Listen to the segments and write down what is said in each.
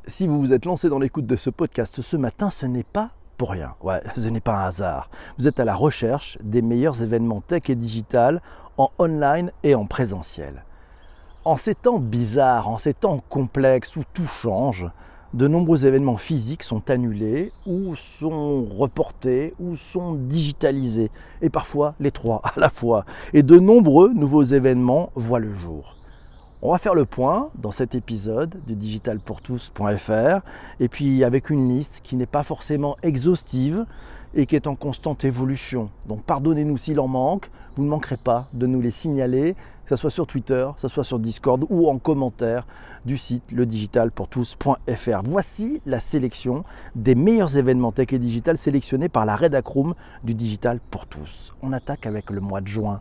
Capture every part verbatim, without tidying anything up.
Si vous vous êtes lancé dans l'écoute de ce podcast ce matin, ce n'est pas pour rien. Ouais, ce n'est pas un hasard. Vous êtes à la recherche des meilleurs événements tech et digital en online et en présentiel. En ces temps bizarres, en ces temps complexes où tout change, de nombreux événements physiques sont annulés ou sont reportés ou sont digitalisés. Et parfois les trois à la fois. Et de nombreux nouveaux événements voient le jour. On va faire le point dans cet épisode de digital pour tous point f r et puis avec une liste qui n'est pas forcément exhaustive et qui est en constante évolution. Donc pardonnez-nous s'il en manque, vous ne manquerez pas de nous les signaler, que ce soit sur Twitter, que ce soit sur Discord ou en commentaire du site le digital pour tous point f r. Voici la sélection des meilleurs événements tech et digital sélectionnés par la Redacroom du Digital pour tous. On attaque avec le mois de juin.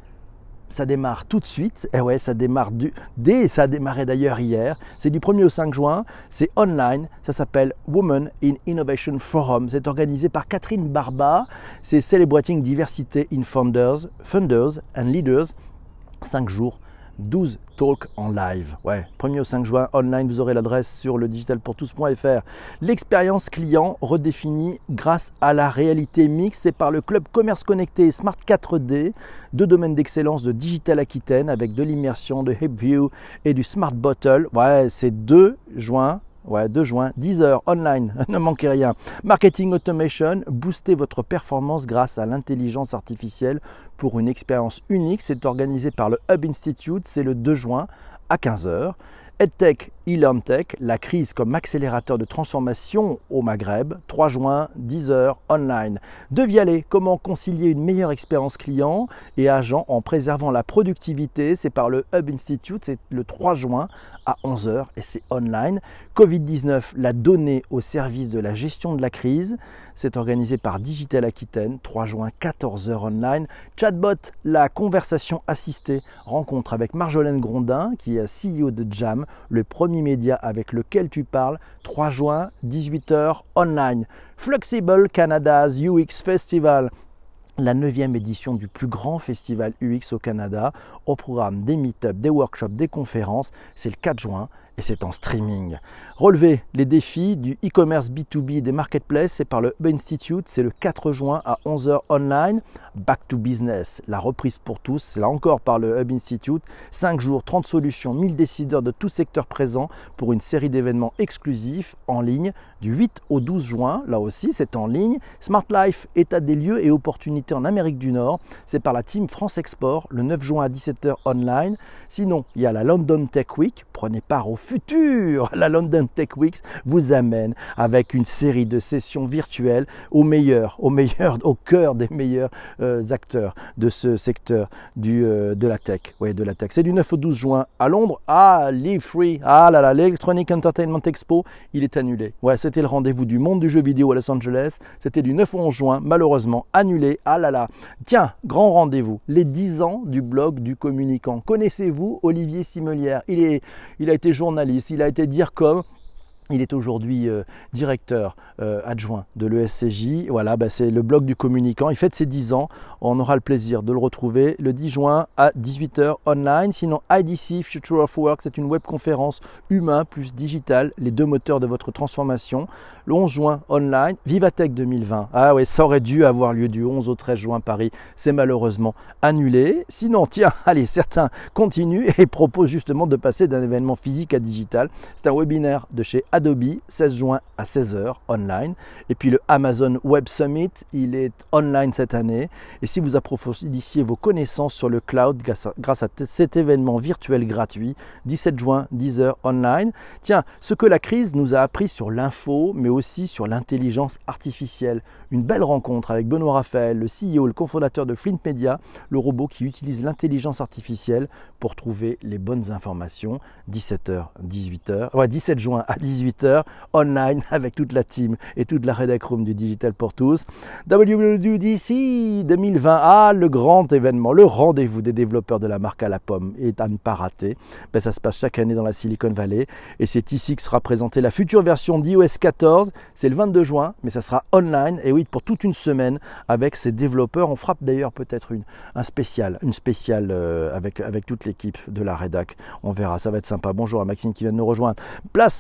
Ça démarre tout de suite, et ouais, ça démarre du, dès, ça a démarré d'ailleurs hier, c'est du premier au cinq juin, c'est online, ça s'appelle Women in Innovation Forum, c'est organisé par Catherine Barba, c'est Celebrating Diversity in Founders, Funders and Leaders, cinq jours, douze talks en live. Ouais, premier au cinq juin, online, vous aurez l'adresse sur le digital pour tous point f r. L'expérience client redéfinie grâce à la réalité mixte, c'est par le club Commerce Connecté et Smart quatre D, deux domaines d'excellence de Digital Aquitaine avec de l'immersion, de HipView et du Smart Bottle. Ouais, c'est deux juin. Ouais, deux juin, dix heures online, ne manquez rien. Marketing Automation, boostez votre performance grâce à l'intelligence artificielle pour une expérience unique. C'est organisé par le Hub Institute, c'est le deux juin à quinze heures. EdTech, eLearnTech, la crise comme accélérateur de transformation au Maghreb, trois juin, dix heures, online. De Vialet, comment concilier une meilleure expérience client et agent en préservant la productivité, c'est par le Hub Institute, c'est le trois juin à onze heures et c'est online. covid dix-neuf, la donnée au service de la gestion de la crise, c'est organisé par Digital Aquitaine, trois juin, quatorze heures online. Chatbot, la conversation assistée, rencontre avec Marjolaine Grondin, qui est C E O de Jam, le premier média avec lequel tu parles, trois juin, dix-huit heures online. Flexible Canada's U X Festival, la neuvième édition du plus grand festival U X au Canada, au programme des meet-ups, des workshops, des conférences, c'est le quatre juin et c'est en streaming. Relevez les défis du e-commerce B deux B des marketplaces, c'est par le Hub Institute, c'est le quatre juin à onze heures online. Back to Business, la reprise pour tous, c'est là encore par le Hub Institute, cinq jours, trente solutions, mille décideurs de tous secteurs présents pour une série d'événements exclusifs en ligne du huit au douze juin, là aussi c'est en ligne. Smart Life, état des lieux et opportunités en Amérique du Nord, c'est par la team France Export, le neuf juin à dix-sept heures online. Sinon, il y a la London Tech Week, prenez part au futur. La London Tech Week vous amène avec une série de sessions virtuelles au meilleur, au meilleur, au cœur des meilleurs euh, acteurs de ce secteur du, euh, de la tech. Ouais, de la tech. C'est du neuf au douze juin à Londres. Ah, Live Free. Ah là là, l'Electronic Entertainment Expo, il est annulé. Ouais, c'était le rendez-vous du monde du jeu vidéo à Los Angeles. C'était du neuf au onze juin, malheureusement annulé. Ah là là. Tiens, grand rendez-vous. Les dix ans du blog du communicant. Connaissez-vous Olivier Simelière? Il est, il a été journaliste, il a été DIRCOM. Il est aujourd'hui euh, directeur euh, adjoint de l'E S C J. Voilà, bah, c'est le blog du communicant. Il fête ses dix ans. On aura le plaisir de le retrouver le dix juin à dix-huit heures online. Sinon, I D C, Future of Work, c'est une webconférence humain plus digital, les deux moteurs de votre transformation. Le onze juin online, Vivatech deux mille vingt. Ah ouais, ça aurait dû avoir lieu du onze au treize juin Paris. C'est malheureusement annulé. Sinon, tiens, allez, certains continuent et proposent justement de passer d'un événement physique à digital. C'est un webinaire de chez Adobe. Adobe, seize juin à seize heures online. Et puis le Amazon Web Summit, il est online cette année. Et si vous approfondissiez vos connaissances sur le cloud grâce à, grâce à cet événement virtuel gratuit, dix-sept juin, dix heures online. Tiens, ce que la crise nous a appris sur l'info, mais aussi sur l'intelligence artificielle. Une belle rencontre avec Benoît Raphaël, le C E O, le cofondateur de Flint Media, le robot qui utilise l'intelligence artificielle pour trouver les bonnes informations. dix-sept heures, dix-huit heures, ouais, dix-sept juin à dix-huit heures, online avec toute la team et toute la Redacroom du Digital pour tous. W W D C deux mille vingt, ah, le grand événement, le rendez-vous des développeurs de la marque à la pomme est à ne pas rater. Ben, ça se passe chaque année dans la Silicon Valley et c'est ici que sera présentée la future version d'i O S quatorze. C'est le vingt-deux juin, mais ça sera online et oui, pour toute une semaine avec ces développeurs. On frappe d'ailleurs peut-être une, un spécial, une spéciale euh, avec, avec toute l'équipe de la Redac. On verra, ça va être sympa. Bonjour à Maxime qui vient de nous rejoindre. Place Marketing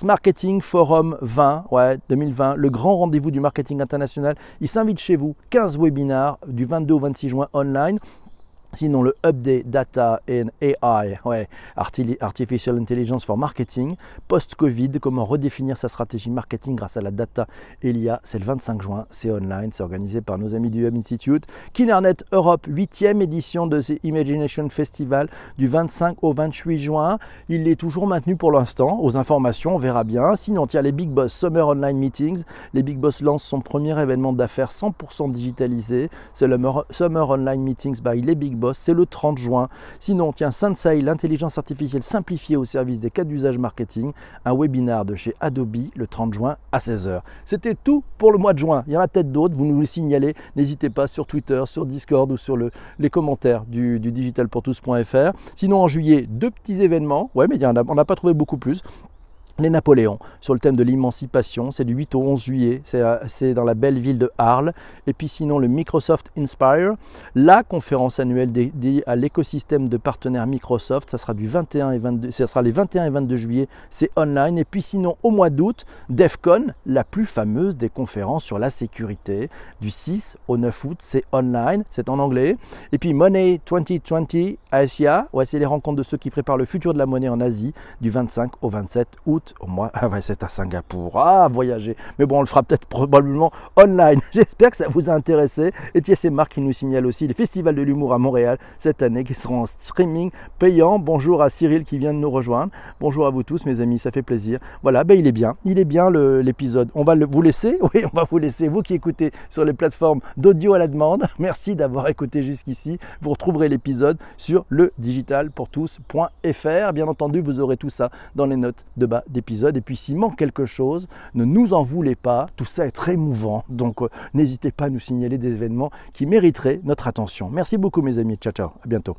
Marketing Forum vingt, ouais, deux mille vingt, le grand rendez-vous du marketing international. Il s'invite chez vous, quinze webinaires du vingt-deux au vingt-six juin online. Sinon, le Update Data and A I, ouais, Artificial Intelligence for Marketing, post-Covid, comment redéfinir sa stratégie marketing grâce à la data et l'I A, c'est le vingt-cinq juin, c'est online, c'est organisé par nos amis du Hub Institute. KINERNET Europe, huitième édition de ces Imagination Festival du vingt-cinq au vingt-huit juin. Il est toujours maintenu pour l'instant, aux informations, on verra bien. Sinon, tiens, les Big Boss Summer Online Meetings. Les Big Boss lancent son premier événement d'affaires cent pour cent digitalisé. C'est le Summer Online Meetings by les Big Boss. C'est le trente juin. Sinon, tiens, Sensei, l'intelligence artificielle simplifiée au service des cas d'usage marketing, un webinaire de chez Adobe le trente juin à seize heures. C'était tout pour le mois de juin. Il y en a peut-être d'autres, vous nous le signalez. N'hésitez pas sur Twitter, sur Discord ou sur le, les commentaires du, du digital pour tous point f r. Sinon, en juillet, deux petits événements. Ouais, mais il y en a, on n'a pas trouvé beaucoup plus. Les Napoléons, sur le thème de l'émancipation, c'est du huit au onze juillet, c'est dans la belle ville de Arles. Et puis sinon, le Microsoft Inspire, la conférence annuelle dédiée à l'écosystème de partenaires Microsoft, ça sera du vingt et un et vingt-deux, ça sera les vingt et un et vingt-deux juillet, c'est online. Et puis sinon, au mois d'août, DEFCON, la plus fameuse des conférences sur la sécurité, du six au neuf août, c'est online, c'est en anglais. Et puis Money vingt vingt Asia, ouais, c'est les rencontres de ceux qui préparent le futur de la monnaie en Asie, du vingt-cinq au vingt-sept août. Au mois, ah ouais, c'est à Singapour, ah, voyager, mais bon, on le fera peut-être probablement online. J'espère que ça vous a intéressé. Et tiens, c'est Marc qui nous signale aussi les festivals de l'humour à Montréal cette année qui seront en streaming payant. Bonjour à Cyril qui vient de nous rejoindre. Bonjour à vous tous, mes amis, ça fait plaisir. Voilà, ben il est bien, il est bien l'épisode. On va le, vous laisser, oui, on va vous laisser, vous qui écoutez sur les plateformes d'audio à la demande. Merci d'avoir écouté jusqu'ici. Vous retrouverez l'épisode sur le digital pour tous point f r. Bien entendu, vous aurez tout ça dans les notes de bas d'épisode. Et puis s'il manque quelque chose, ne nous en voulez pas, tout ça est très mouvant, donc euh, n'hésitez pas à nous signaler des événements qui mériteraient notre attention. Merci beaucoup mes amis, ciao ciao, à bientôt.